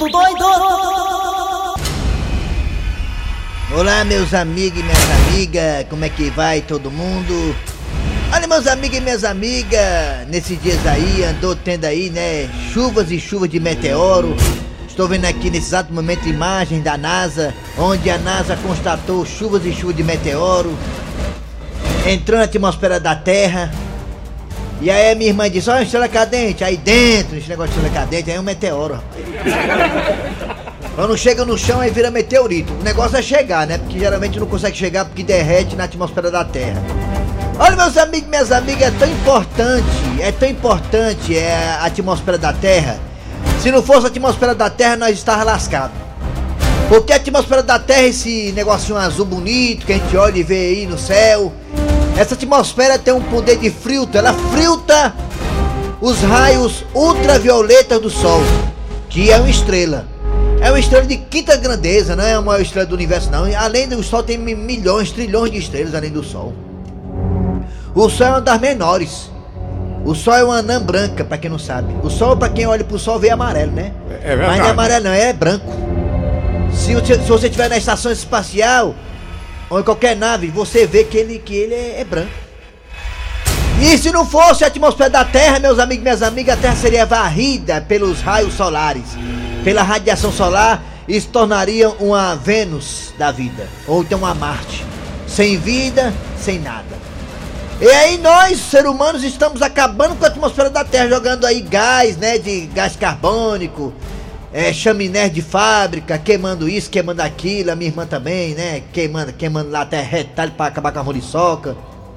muito doido! Olá, meus amigos e minhas amigas, como é que vai todo mundo? Olha, meus amigos e minhas amigas, nesses dias aí, andou tendo aí, né, chuvas e chuvas de meteoro. Estou vendo aqui nesse exato momento imagens da NASA, onde a NASA constatou chuvas e chuvas de meteoro entrando na atmosfera da Terra. E aí a minha irmã disse, olha, estrela cadente, aí dentro, esse negócio de estrela cadente, aí é um meteoro, rapaz. Quando chega no chão, aí vira meteorito. O negócio é chegar, né? Porque geralmente não consegue chegar porque derrete na atmosfera da Terra. Olha, meus amigos e minhas amigas, é tão importante a atmosfera da Terra. Se não fosse a atmosfera da Terra, nós estávamos lascados. Porque a atmosfera da Terra, esse negocinho azul bonito que a gente olha e vê aí no céu, essa atmosfera tem um poder de filtro, ela filtra os raios ultravioletas do Sol, que é uma estrela. É uma estrela de quinta grandeza, não é uma estrela do universo não. Além do Sol tem milhões, trilhões de estrelas além do Sol. O Sol é uma das menores. O Sol é uma anã branca, pra quem não sabe. O Sol, pra quem olha pro Sol, vê amarelo, né? É verdade. Mas não é amarelo não, é branco. Se você estiver na estação espacial ou em qualquer nave, você vê que ele é branco. E se não fosse a atmosfera da Terra, meus amigos e minhas amigas, a Terra seria varrida pelos raios solares, pela radiação solar, e se tornaria uma Vênus da vida, ou então uma Marte, sem vida, sem nada. E aí nós, seres humanos, estamos acabando com a atmosfera da Terra, jogando aí gás, né, de gás carbônico, chaminé de fábrica, queimando isso, queimando aquilo, a minha irmã também, né, queimando lá até retalho pra acabar com a muriçoca.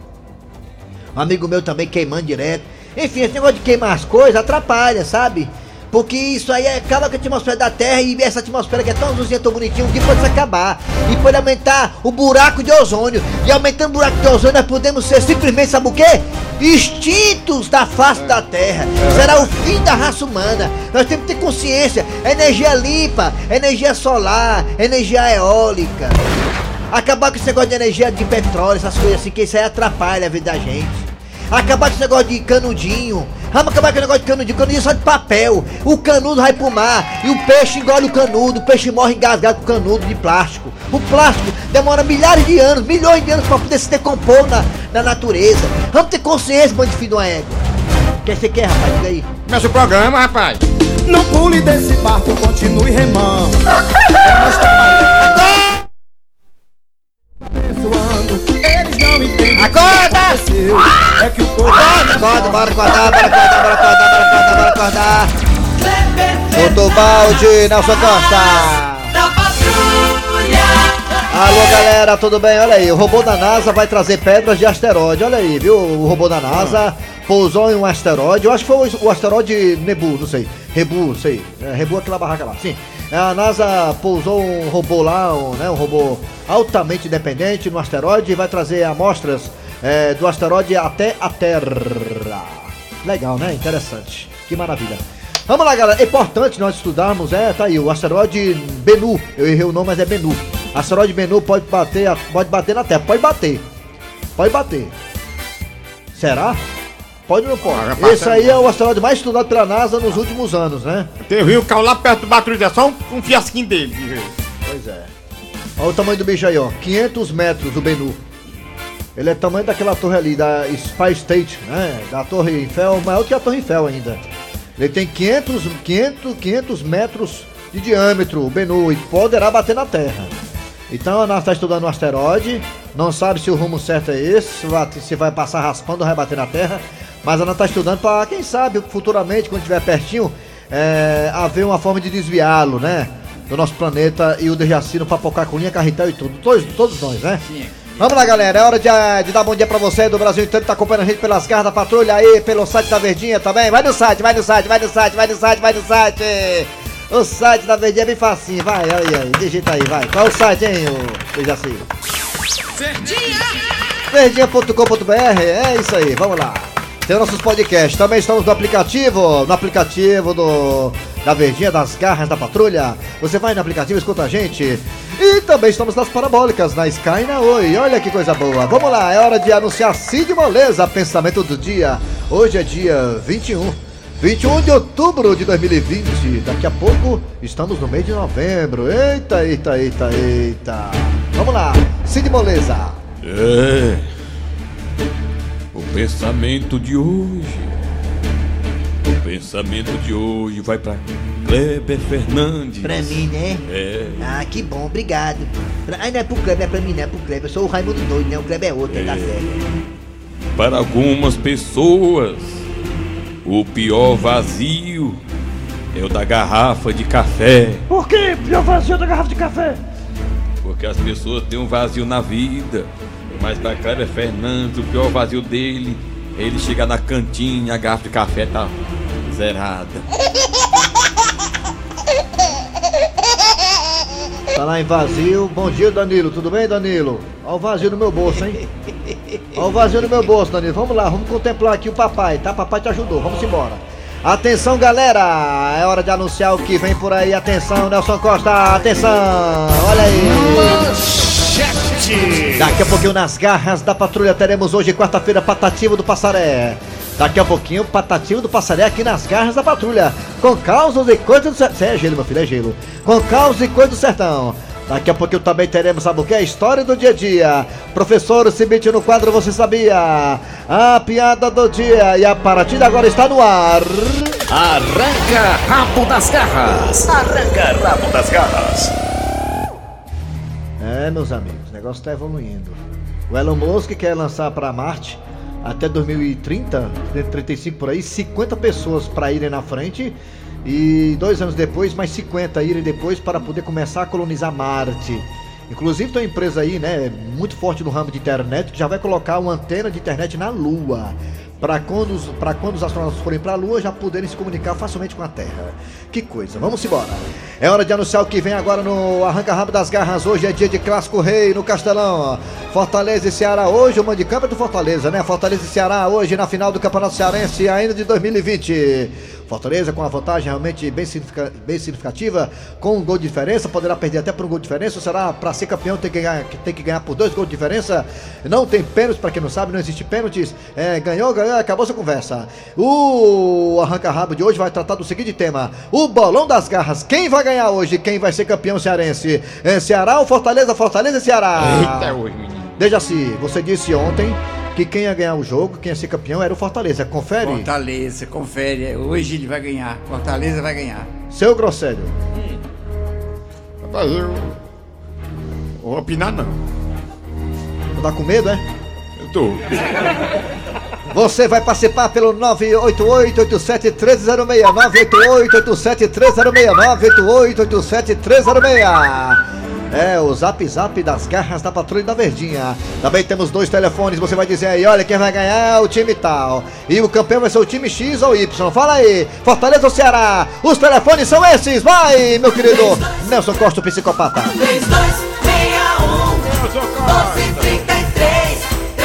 Um amigo meu também queimando direto. Enfim, esse negócio de queimar as coisas atrapalha, sabe? Porque isso aí acaba com a atmosfera da Terra, e essa atmosfera que é tão azulzinha, tão bonitinha, um dia pode se acabar. E pode aumentar o buraco de ozônio. E aumentando o buraco de ozônio, nós podemos ser simplesmente, sabe o quê? Extintos da face da Terra. Será o fim da raça humana. Nós temos que ter consciência. Energia limpa, energia solar, energia eólica. Acabar com esse negócio de energia de petróleo, essas coisas assim, que isso aí atrapalha a vida da gente. Acabar com esse negócio de canudinho. Vamos acabar com o negócio de canudinho só de papel. O canudo vai pro mar e o peixe engole o canudo. O peixe morre engasgado com o canudo de plástico. O plástico demora milhares de anos, milhões de anos pra poder se decompor na natureza. Vamos ter consciência, bando de filho de uma égua. O que você quer, rapaz? Diga aí. Começa o programa, rapaz. Não pule desse barco, continue remando. Eles não entendem. Acorda! É que o povo. Acorda, bora acordar. Doutor Balde, Nelson Costa. Alô, galera, tudo bem? Olha aí, o robô da NASA vai trazer pedras de asteroide. Olha aí, viu? O robô da NASA pousou em um asteroide. Eu acho que foi o asteroide Nebu, não sei. Rebu, não sei. Rebu é aquela barraca lá, sim. A NASA pousou um robô lá, um robô altamente independente no asteroide, e vai trazer amostras do asteroide até a Terra. Legal, né? Interessante. Que maravilha. Vamos lá, galera. É importante nós estudarmos, tá aí, o asteroide Bennu. Eu errei o nome, mas é Bennu. Asteroide Bennu pode bater na Terra. Pode bater. Será? Pode ou não pode? Esse aí é o asteroide mais estudado pela NASA nos últimos anos, né? Teve um caiu lá perto do Batrulha, só um fiasquinho dele. Pois é. Olha o tamanho do bicho aí, ó. 500 metros o Bennu. Ele é o tamanho daquela torre ali, da Spy State, né? Da Torre Eiffel, maior que a Torre Eiffel ainda. Ele tem 500 metros de diâmetro, o Bennu, e poderá bater na Terra. Então a NASA está estudando um asteroide, não sabe se o rumo certo é esse, se vai passar raspando ou vai bater na Terra. Mas ela está estudando para, quem sabe, futuramente, quando estiver pertinho, haver uma forma de desviá-lo, né? Do nosso planeta, e o Dejaci no Papocaculinha, Carretel e tudo. Todos nós, né? Sim. Vamos lá, galera. É hora de dar bom dia pra você do Brasil inteiro que tá acompanhando a gente pelas garras da patrulha aí, pelo site da Verdinha também. Vai no site. O site da Verdinha é bem facinho. Vai, aí. Digita aí, vai. Qual é o site, hein, Dejaci? Verdinha.com.br. É isso aí, vamos lá. Tem nossos podcasts, também estamos no aplicativo da Verdinha, das garras da patrulha. Você vai no aplicativo, escuta a gente. E também estamos nas parabólicas, na Sky e na Oi. Olha que coisa boa. Vamos lá, é hora de anunciar Cid Moleza, pensamento do dia. Hoje é dia 21 21 de outubro de 2020. Daqui a pouco estamos no mês de novembro. Eita, eita, eita, eita. Vamos lá, Cid Moleza. O pensamento de hoje. O pensamento de hoje vai pra Kleber Fernandes. Pra mim, né? É. Ah, que bom, obrigado. Ai, não é pro Kleber, é pra mim, não é pro Kleber. Eu sou o Raimundo doido, né? O Kleber é outro, tá certo. Para algumas pessoas, o pior vazio é o da garrafa de café. Por que pior vazio da garrafa de café? Porque as pessoas têm um vazio na vida. Mas para Kleber Fernandes, o pior vazio dele é ele chegar na cantina e a garrafa de café tá zerada. Falar em vazio, bom dia, Danilo, tudo bem, Danilo? Olha o vazio no meu bolso, hein? Olha o vazio no meu bolso, Danilo, vamos lá, vamos contemplar aqui o papai, tá? Papai te ajudou, vamos embora. Atenção, galera, é hora de anunciar o que vem por aí, atenção, Nelson Costa, atenção, olha aí. Manchete. Daqui a pouquinho nas garras da patrulha teremos hoje, quarta-feira, Patativa do Passaré. Daqui a pouquinho, Patativa do Passaré aqui nas garras da patrulha. Com causas e coisas do sertão. É gelo, meu filho, é gelo. Com causas e coisas do sertão. Daqui a pouquinho também teremos, sabe o que? A história do dia a dia. Professor Cibite no quadro Você Sabia? A piada do dia. E a partida agora está no ar. Arranca rabo das garras. Arranca rabo das garras. É, meus amigos, o negócio está evoluindo. O Elon Musk quer lançar para Marte até 2030, 35 por aí, 50 pessoas para irem na frente e 2 anos depois mais 50 irem depois para poder começar a colonizar Marte. Inclusive tem uma empresa aí, né, muito forte no ramo de internet, que já vai colocar uma antena de internet na Lua, para quando os astronautas forem para a Lua já poderem se comunicar facilmente com a Terra. Que coisa, vamos embora. É hora de anunciar o que vem agora no Arranca Rabo das Garras. Hoje é dia de Clássico Rei no Castelão. Fortaleza e Ceará hoje, o mando de campo é do Fortaleza, né? Fortaleza e Ceará hoje na final do Campeonato Cearense ainda de 2020. Fortaleza com uma vantagem realmente bem significativa, com um gol de diferença, poderá perder até por um gol de diferença. Será para ser campeão tem que ganhar por 2 gols de diferença. Não tem pênaltis, para quem não sabe, não existe pênaltis. Ganhou, acabou essa conversa. O Arranca Rabo de hoje vai tratar do seguinte tema: o bolão das garras. Quem vai ganhar hoje? Quem vai ser campeão cearense? Ceará ou Fortaleza? Fortaleza e Ceará. Eita, hoje, menino. Dejaci, você disse ontem que quem ia ganhar o jogo, quem ia ser campeão era o Fortaleza. Confere? Fortaleza, confere. Hoje ele vai ganhar. Fortaleza vai ganhar. Seu Grosselho. Rapaz, eu vou opinar não. Não tá com medo, é? Eu tô. Você vai participar pelo 988-87-1306, 988-87-1306, 988-87-1306. É, o Zap Zap das garras da Patrulha da Verdinha. Também temos 2 telefones, você vai dizer aí, olha, quem vai ganhar é o time tal. E o campeão vai ser o time X ou Y. Fala aí, Fortaleza ou Ceará? Os telefones são esses, vai, meu querido Nelson Costa, o psicopata. 3261-1233,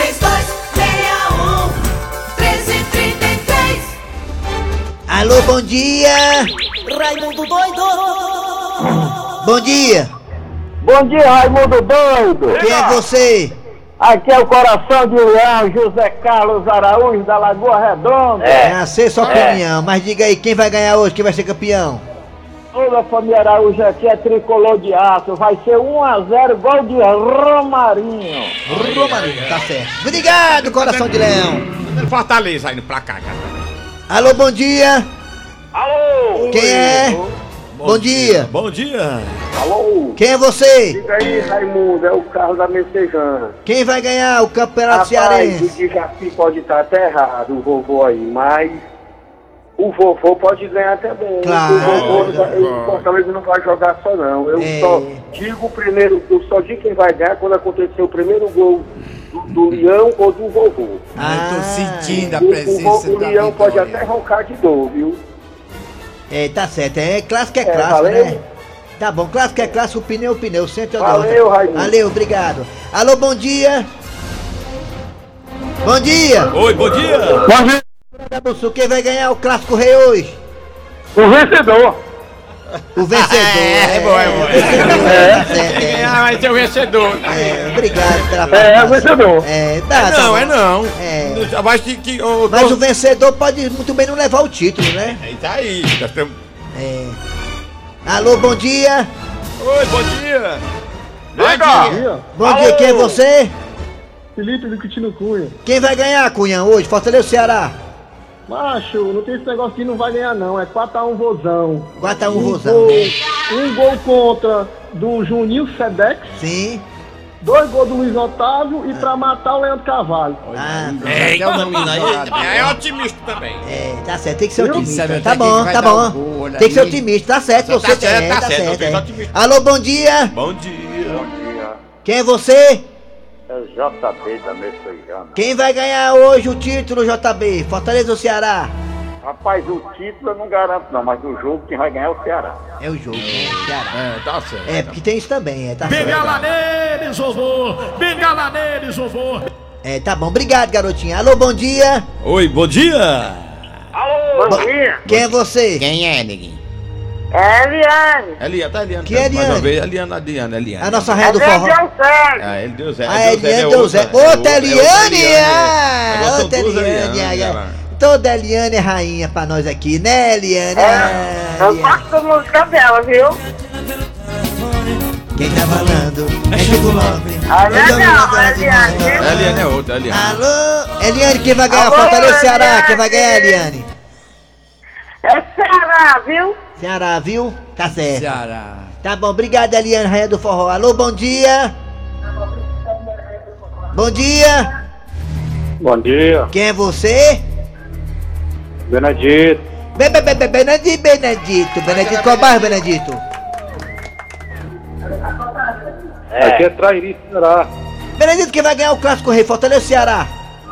3261-1333. Alô, bom dia. Raimundo doido. Bom dia. Bom dia, Raimundo doido. Quem é você? Aqui é o Coração de Leão, José Carlos Araújo da Lagoa Redonda. É, sei sua opinião, mas diga aí, quem vai ganhar hoje, quem vai ser campeão? Toda a família Araújo aqui é tricolor de aço. Vai ser 1-0, gol de Romarinho. Romarinho, tá certo. Obrigado, Coração de Leão. Fortaleza aí no placar, cara. Alô, bom dia. Alô. Quem é? Bom dia. Bom dia. Alô. Quem é você? Diga aí, Raimundo, é o Carlos da Messejana. Quem vai ganhar o Campeonato O Cearense? Jaci pode estar até errado, o vovô aí, mas o vovô pode ganhar também. Claro. O vovô, Pode. o Fortaleza não vai jogar só não. Eu só digo primeiro, eu só digo quem vai ganhar quando acontecer o primeiro gol do Leão ou do vovô. Eu tô sentindo a O presença da Leão pode vitória. até roncar de dor, viu? Tá certo, clássico é clássico, valeu. né? Tá bom, clássico é clássico, pneu é pneu, sempre eu Valeu, Raimundo. Valeu, obrigado. Alô, bom dia. Bom dia. Oi, bom dia. Quem vai ganhar o Clássico Rei hoje? O vencedor. O vencedor. É bom. Tá certo, Quem ganhar vai ser o vencedor. Obrigado pela É o participação. vencedor. Tá Não, bom. é não. É. Mas que Mas o vencedor pode muito bem não levar o título, né? É isso aí. Nós estamos... Alô, bom dia. Oi, bom dia. Bom dia, quem é você? Felipe do Quitino Cunha. Quem vai ganhar, Cunha, hoje? Fortaleza ou Ceará? Macho, não tem esse negócio que não vai ganhar não, é 4x1 Vozão. 4x1 Rosão. Um gol contra do Juninho Sedex, Sim. 2 gols do Luiz Otávio e pra matar o Leandro Carvalho. Até o nome É otimista também. Tá certo, tem que ser otimista. Sabe Tá até quem bom, vai tá dar o bom. gol, olha Tem que ser aí. otimista, tá certo, você certo, tá tá certo, certo. eu é. sou otimista. Alô, bom dia. Bom dia. Quem é você? É o JB da Messejana. Quem vai ganhar hoje o título, JB? Fortaleza ou Ceará? Rapaz, o título eu não garanto não, mas o jogo quem vai ganhar é o Ceará. É o jogo, né? Ceará. Tá certo. É, porque tem isso também, tá certo. Bengala neles, vovô! Bengala neles, vovô! Tá bom. Obrigado, garotinha. Alô, bom dia. Oi, bom dia. Bom dia. Quem é você? Quem é, neguinho? É Eliane. Eliane, tá Eliane. Que é Mais uma Eliane? vez, Eliane. A nossa raia do forró. Ah, ele deu Zé. A Eliane deu Zé. Outra Eliane! Outra Eliane. Toda Eliane é rainha pra nós aqui, né, Eliane? Eu gosto da música dela, viu? Quem tá falando é Chico Lopes. Eliane é outra, Eliane. Alô? Eliane, quem vai ganhar? Fortaleza ou Ceará? Quem vai ganhar, Eliane? É Ceará, viu? Ceará, viu? Tá certo. Ceará. Tá bom, obrigado, Eliane, rainha do forró. Alô, bom dia. Bom dia. Bom dia. Quem é você? Benedito. Benedito. Benedito, qual bairro, Benedito? Aqui é Trairi, Ceará. Benedito, quem vai ganhar o Clássico Rei? Fortaleza ou Ceará?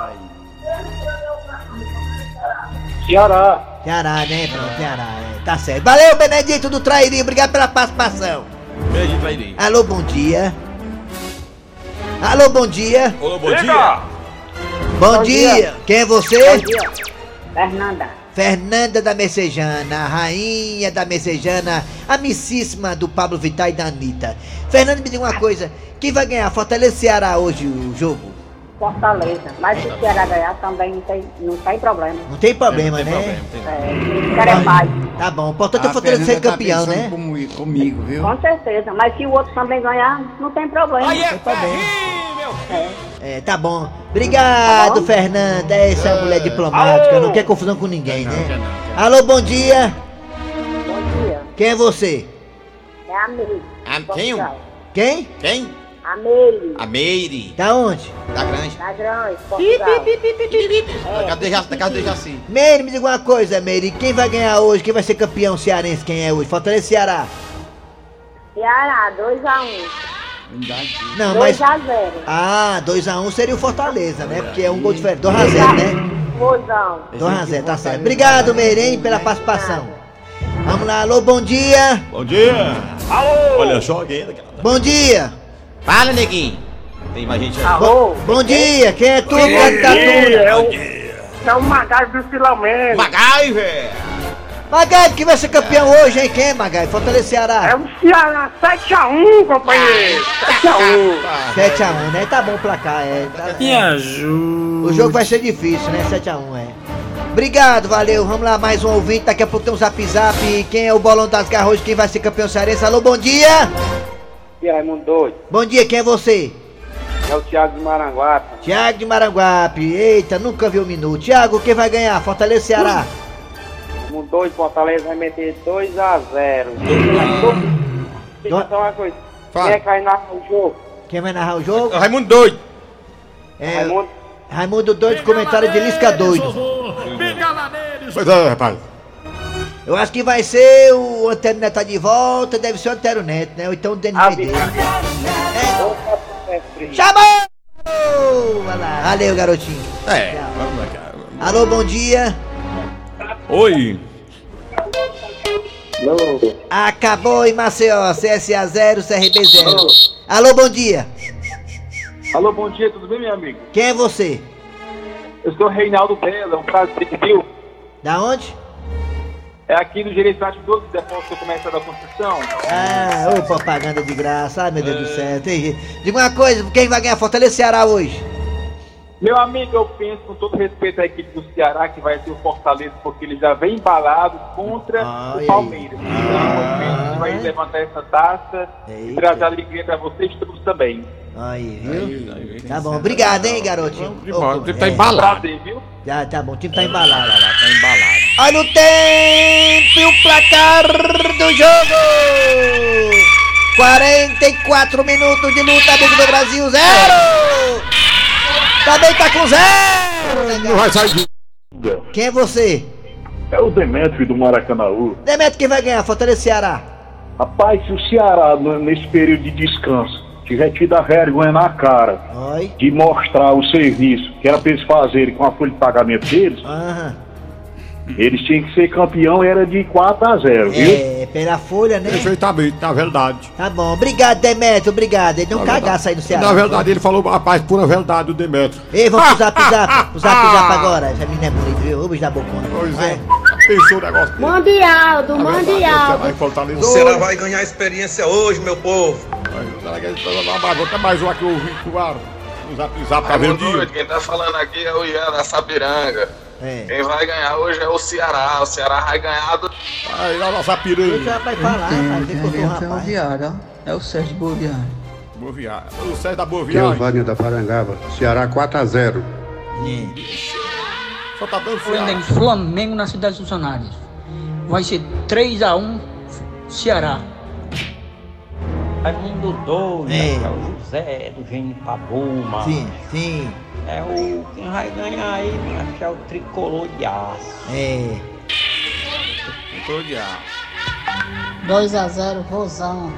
Ceará. Ceará, né? Pronto, Ceará. Tá certo. Valeu, Benedito do Trairi. Obrigado pela participação. Beijo, Trairi. Alô, bom dia. Alô, bom dia. Olá, bom dia. Bom dia. Quem é você? Fernanda. Fernanda da Messejana, a rainha da Messejana, amicíssima do Pablo Vittar e da Anitta. Fernanda, me diga uma coisa, quem vai ganhar? Fortaleza ou Ceará hoje o jogo? Fortaleza, mas se o Ceará ganhar também não tem problema. Não tem problema, né? O Ceará é mais. Tá bom, o importante é o Fortaleza ser campeão, né? Comigo, viu? Com certeza, mas se o outro também ganhar, não tem problema. Aí é Tá bom. É. Tá bom. Obrigado, Tá bom. Fernanda. Essa é uma mulher diplomática, não quer confusão com ninguém, né? Alô, bom dia. Bom dia. Quem é você? É a Meire. Quem? Quem? Quem? A Meire. A Meire. Da onde? Da Grande. Da Grande, Portugal. Da casa de Jaci. Meire, me diga uma coisa, Meire. Quem vai ganhar hoje? Quem vai ser campeão cearense? Quem é hoje? Fortaleza ou Ceará? Ceará, 2x1. Não, mas... 2x0. Ah, 2x1 seria o Fortaleza, né? Porque é um gol diferente. 2x0, né? Vozão. 2x0, tá certo. Obrigado, Meirem, pela participação. Vamos lá, alô, bom dia. Bom dia. Alô. Olha só alguém ainda. Bom dia. Fala, neguinho. Tem mais gente aí. Alô? Bom dia, quem é tu? É o Magalho do Filomeno. MacGyver. Magai, que vai ser campeão hoje, hein? Quem é, Magai? Fortaleza, Ceará. É o Ceará 7x1, companheiro. 7x1. 7x1, né? Tá bom o placar, Me ajuda. O jogo vai ser difícil, né? 7x1, é. Obrigado, valeu. Vamos lá, mais um ouvinte. Daqui a pouco tem um zap zap. Quem é o Bolão das Garras hoje? Quem vai ser campeão cearense? Alô, bom dia. E aí, Raimundo doido? Bom dia, quem é você? É o Thiago de Maranguape. Thiago de Maranguape. Eita, nunca vi um minuto. Thiago, quem vai ganhar? Fortaleza, Ceará. Raimundo doido, Fortaleza vai meter 2x0. Deixa eu falar uma coisa. Fala. Quem é que vai narrar o jogo? Quem vai narrar o jogo? Raimundo doido. É, Raimundo. Raimundo doido, comentário de Lisca doido. Bengala neles, Pois é, rapaz. Eu acho que vai ser o Antero Neto tá de volta, deve ser o Antero Neto, né? Ou então o Denis Medeiros. Chamou! Vai lá. Valeu, garotinho. Vamos lá, cara. Alô, bom dia. Oi. Acabou em Maceió, CSA 0, CRB 0. Alô, bom dia. Alô, bom dia, tudo bem, meu amigo? Quem é você? Eu sou Reinaldo Bela, é um prazer, viu? Da onde? É aqui no Gerês Prático 12, depósito começando a construção. Ah, ô propaganda de graça, ai meu Deus do céu. Diga uma coisa, quem vai ganhar Fortaleza Ceará hoje? Meu amigo, eu penso com todo respeito à equipe do Ceará que vai ser o Fortaleza, porque ele já vem embalado contra o Palmeiras. Então, eu penso que vai levantar essa taça e trazer alegria pra vocês todos também. Aí, viu? Tá bom, obrigado, hein, garotinho. O time tá embalado. Prazer, viu? Já, tá bom, o time tá embalado. Tá embalado. Olha o tempo e o placar do jogo! 44 minutos de luta, amigo do Brasil, 0! Também tá com 0! Não vai sair. Quem é você? É o Demetrio do Maracanãú. Demetrio, quem vai ganhar? Fortaleza Ceará? Rapaz, se o Ceará, nesse período de descanso, tiver tido a vergonha na cara de mostrar o serviço que era pra eles fazerem com a folha de pagamento deles, eles tinham que ser campeão, era de 4-0, viu? É, pela folha, né? Perfeitamente, na verdade. Tá bom, obrigado, Demetrio, obrigado. Ele deu um cagaço aí no Ceará. Na verdade, ele falou, rapaz, pura verdade, o Demetrio. Ei, vamos pro zap agora. Essa menina é bonita, viu? Vamos dar bocona. Pois é. Pensou o negócio. Mundial, do Mundial. O Ceará vai ganhar experiência hoje, meu povo. Até mais um aqui ouvindo, claro. O zap tá vendo. Quem tá falando aqui é o Ian da Sapiranga. Quem vai ganhar hoje é o Ceará. O Ceará vai ganhar do... Aí, lá na Sapiranga. Já vai falar, rapaz. Tem que É o Viário, ó. É o Sérgio Boa Viagem. Boa Viagem. O Sérgio da Boa Que é o Viagem. Wagner da Parangaba. Ceará 4-0. Só tá dando Ceará. Flamengo na cidade dos funcionários. Vai ser 3-1 Ceará. Raimundo doido, é o José do Gênio Pabuma. Sim. É o quem vai ganhar aí, acho que é o Tricolor de Aço. Tricolor de Aço. 2-0, Rosão.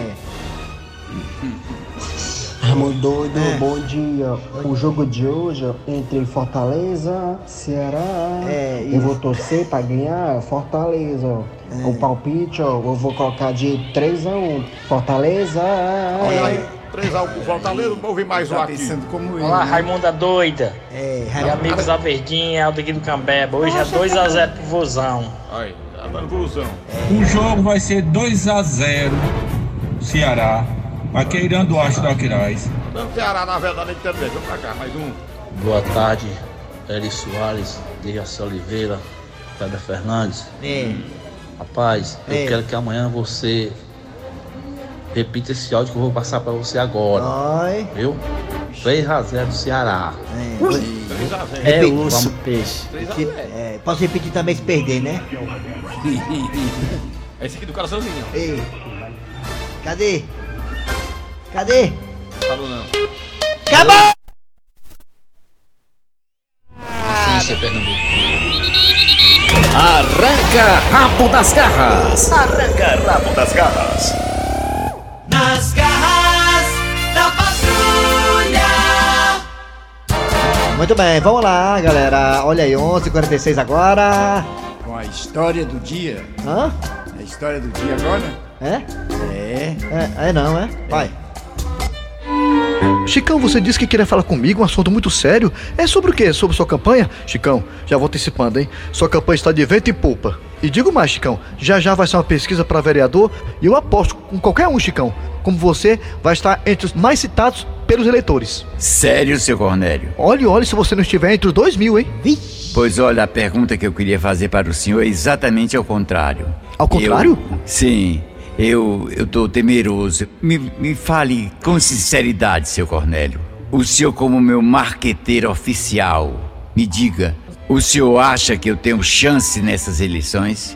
Raimundo doido, bom dia. O jogo de hoje entre Fortaleza, Ceará. Eu vou torcer pra ganhar Fortaleza. O palpite, ó, eu vou colocar de 3-1. Fortaleza. Olha aí, 3-1 pro Fortaleza, vou ouvir mais um aqui. Olá, Raimunda doida. E amigos da Verdinha, Aldiguinho Cambeba. Hoje é 2-0 pro Vozão. Aí, tá dando Vozão. O jogo vai ser 2-0 Ceará. Maqueirando o Acho do Aquiraz. Dando Ceará, na verdade, também. Vamos pra cá, mais um. Boa tarde, Eri Soares, Dejaci Oliveira, Pedro Fernandes. Rapaz, eu quero que amanhã você repita esse áudio que eu vou passar pra você agora. Viu? 3-0 do Ceará. É urso, peixe. Posso repetir também se perder, né? É esse aqui do coraçãozinho. Ei. Cadê? Falou não. Acabou! Sim, Pernambuco. Arranca rabo das garras. Arranca rabo das garras. Nas garras da patrulha. Muito bem, vamos lá, galera. Olha aí, 11h46 agora. Com a história do dia. Hã? A história do dia agora? Vai. Chicão, você disse que queria falar comigo, um assunto muito sério. É sobre o quê? Sobre sua campanha? Chicão, já vou antecipando, hein? Sua campanha está de vento em popa. E digo mais, Chicão, já vai ser uma pesquisa para vereador e eu aposto com qualquer um, Chicão, como você vai estar entre os mais citados pelos eleitores. Sério, seu Cornélio? Olhe, se você não estiver entre os 2.000, hein? Pois olha, a pergunta que eu queria fazer para o senhor é exatamente ao contrário. Ao contrário? Sim. Eu tô temeroso. Me fale com sinceridade, seu Cornélio. O senhor, como meu marqueteiro oficial, me diga, o senhor acha que eu tenho chance nessas eleições?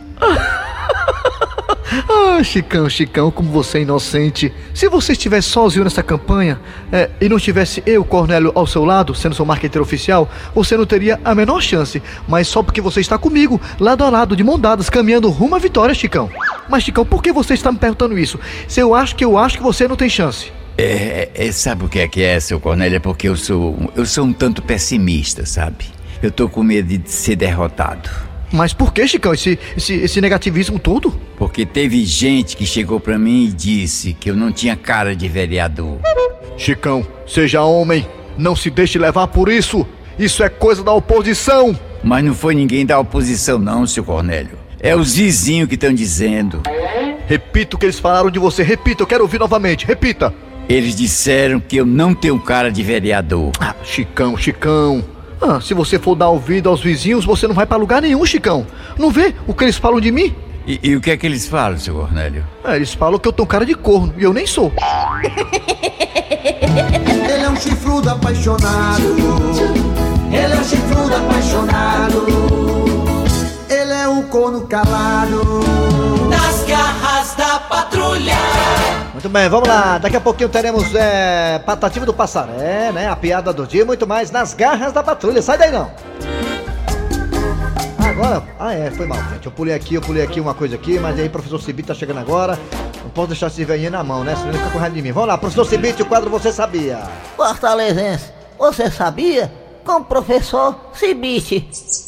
Chicão, como você é inocente. Se você estivesse sozinho nessa campanha e não tivesse eu, Cornélio, ao seu lado, sendo seu marqueteiro oficial, você não teria a menor chance. Mas só porque você está comigo, lado a lado, de mão dadas, caminhando rumo à vitória, Chicão. Mas, Chicão, por que você está me perguntando isso? Se eu acho que você não tem chance. Sabe o que é, seu Cornélio? É porque eu sou um tanto pessimista, sabe? Eu tô com medo de ser derrotado. Mas por que, Chicão, esse negativismo todo? Porque teve gente que chegou pra mim e disse que eu não tinha cara de vereador. Chicão, seja homem, não se deixe levar por isso. Isso é coisa da oposição. Mas não foi ninguém da oposição não, seu Cornélio. É os vizinhos que estão dizendo. Repita o que eles falaram de você. Repita, eu quero ouvir novamente. Repita. Eles disseram que eu não tenho cara de vereador. Ah, Chicão. Se você for dar ouvido aos vizinhos, você não vai pra lugar nenhum, Chicão. Não vê o que eles falam de mim? E o que é que eles falam, seu Cornélio? Eles falam que eu tenho cara de corno, e eu nem sou. Ele é um chifrudo apaixonado. Ele é um chifrudo apaixonado. Ele é um corno calado. Nas garras da patrulha. Muito bem, vamos lá. Daqui a pouquinho teremos Patativa do Passaré, né? A piada do dia e muito mais nas garras da patrulha. Sai daí não. Agora, foi mal, gente. Eu pulei aqui uma coisa aqui, mas aí o professor Cibite tá chegando agora. Não posso deixar esse velhinho na mão, né? Senão ele fica com raiva de mim. Vamos lá, professor Cibite, o quadro Você Sabia. Fortalezense, você sabia? Com o professor Cibite.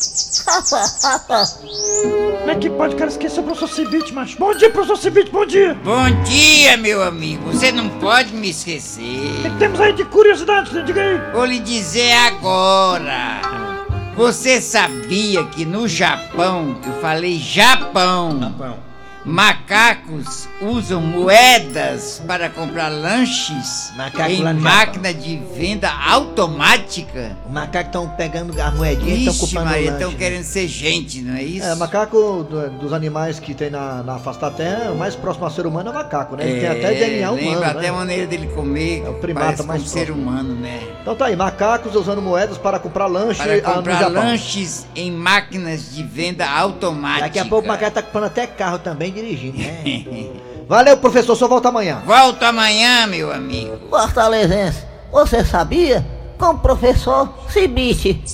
Como é que pode, cara, esquecer o professor Cibite, macho? Bom dia, professor Cibite, bom dia! Bom dia, meu amigo, você não pode me esquecer. O que temos aí de curiosidade? Diga aí. Vou lhe dizer agora. Você sabia que no Japão, eu falei Japão, macacos usam moedas para comprar lanches em máquina de venda automática? Os macacos estão pegando as moedinhas e estão comprando lanche. Estão querendo ser gente, não é isso? Macaco dos animais que tem na face da terra, o mais próximo a ser humano é o macaco, né? Ele tem até DNA humano, lembra né? até a maneira dele comer, é o primata mais ser humano, né? Então tá aí, macacos usando moedas para comprar lanche no Japão. Lanches em máquinas de venda automática. Daqui a pouco o macaco tá comprando até carro também, dirigindo, né? Valeu, professor, só volta amanhã. Volto amanhã, meu amigo. Fortalezense, você sabia? Com o professor Cibite.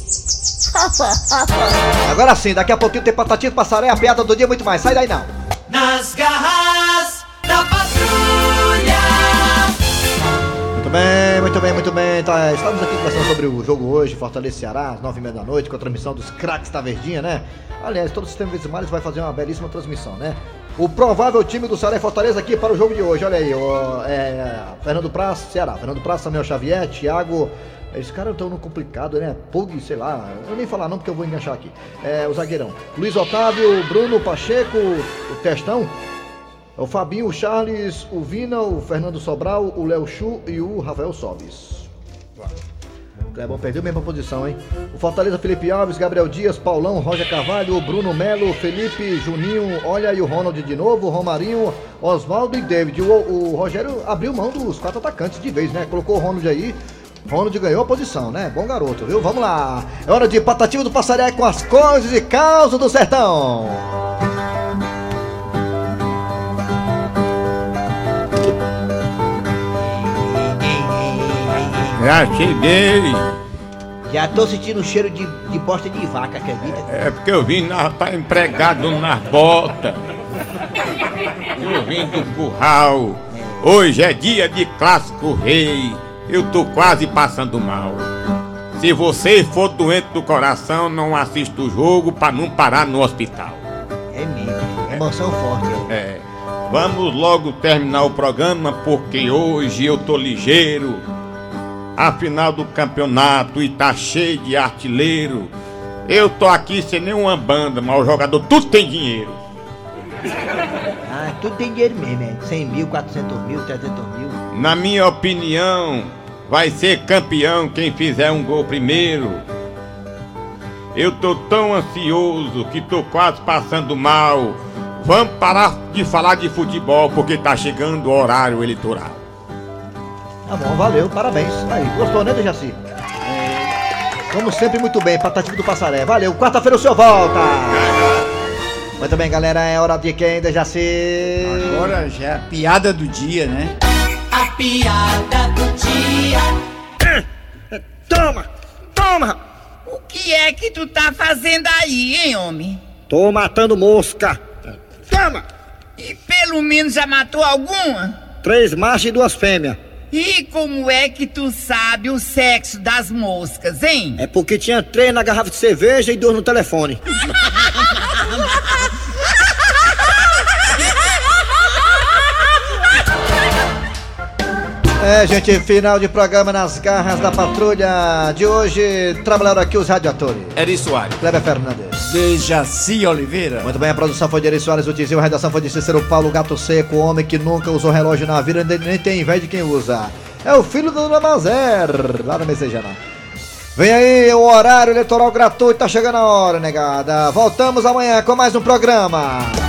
Agora sim, daqui a pouquinho tem Patativa do Passaré, a piada do dia e muito mais. Sai daí não. Nas garras da patrulha. Muito bem. Tá, estamos aqui conversando sobre o jogo hoje, Fortaleza e Ceará, às 9h30 da noite, com a transmissão dos craques da Verdinha, né? Aliás, todo o sistema Vezes vai fazer uma belíssima transmissão, né? O provável time do Ceará e Fortaleza aqui para o jogo de hoje, olha aí, Fernando Praz, Ceará, Fernando Praz, Samuel Xavier, Thiago, esses caras estão no complicado, né? Pug, sei lá, eu nem falar não porque eu vou enganchar aqui. O zagueirão, Luiz Otávio, Bruno Pacheco, o Testão, o Fabinho, o Charles, o Vina, o Fernando Sobral, o Léo Chu e o Rafael Sobis. O Clebão perdeu a mesma posição, hein? O Fortaleza, Felipe Alves, Gabriel Dias, Paulão, Roger Carvalho, Bruno Melo, Felipe, Juninho, olha aí o Ronald de novo, Romarinho, Oswaldo e David. O Rogério abriu mão dos 4 atacantes de vez, né? Colocou o Ronald aí. Ronald ganhou a posição, né? Bom garoto, viu? Vamos lá. É hora de Patativa do Passaré com as coisas e causas do sertão. Já cheguei. Já tô sentindo o cheiro de bosta de vaca, acredita? É porque eu vim tá empregado nas botas. Eu vim do curral. Hoje é dia de Clássico Rei. Eu tô quase passando mal. Se você for doente do coração, não assista o jogo pra não parar no hospital. É mesmo, emoção forte. Vamos logo terminar o programa porque hoje eu tô ligeiro. A final do campeonato e tá cheio de artilheiro. Eu tô aqui sem nenhuma banda, mas o jogador tudo tem dinheiro. Tudo tem dinheiro mesmo, 100 mil, 400 mil, 300 mil. Na minha opinião, vai ser campeão quem fizer um gol primeiro. Eu tô tão ansioso que tô quase passando mal. Vamos parar de falar de futebol porque tá chegando o horário eleitoral. Tá bom, valeu, parabéns. Aí, gostou, né, Dejaci? Como sempre, muito bem, Patativa do Passaré. Valeu, quarta-feira o senhor volta. Muito bem, galera, é hora de quem, Dejaci? Agora já é a piada do dia, né? A piada do dia. Toma! O que é que tu tá fazendo aí, hein, homem? Tô matando mosca. Toma! E pelo menos já matou alguma? 3 machos e 2 fêmeas. E como é que tu sabe o sexo das moscas, hein? É porque tinha 3 na garrafa de cerveja e 2 no telefone. Gente, final de programa nas garras da patrulha de hoje. Trabalharam aqui os radiadores. Eri Soares. Kleber Fernandes. Dejaci Oliveira. Muito bem, a produção foi de Eri Soares, o Tizinho, a redação foi de Cícero Paulo Gato Seco, o homem que nunca usou relógio na vida, nem tem inveja de quem usa. É o filho do Dona Mazer, lá no Messejana. Vem aí, o horário eleitoral gratuito, tá chegando a hora, negada. Voltamos amanhã com mais um programa.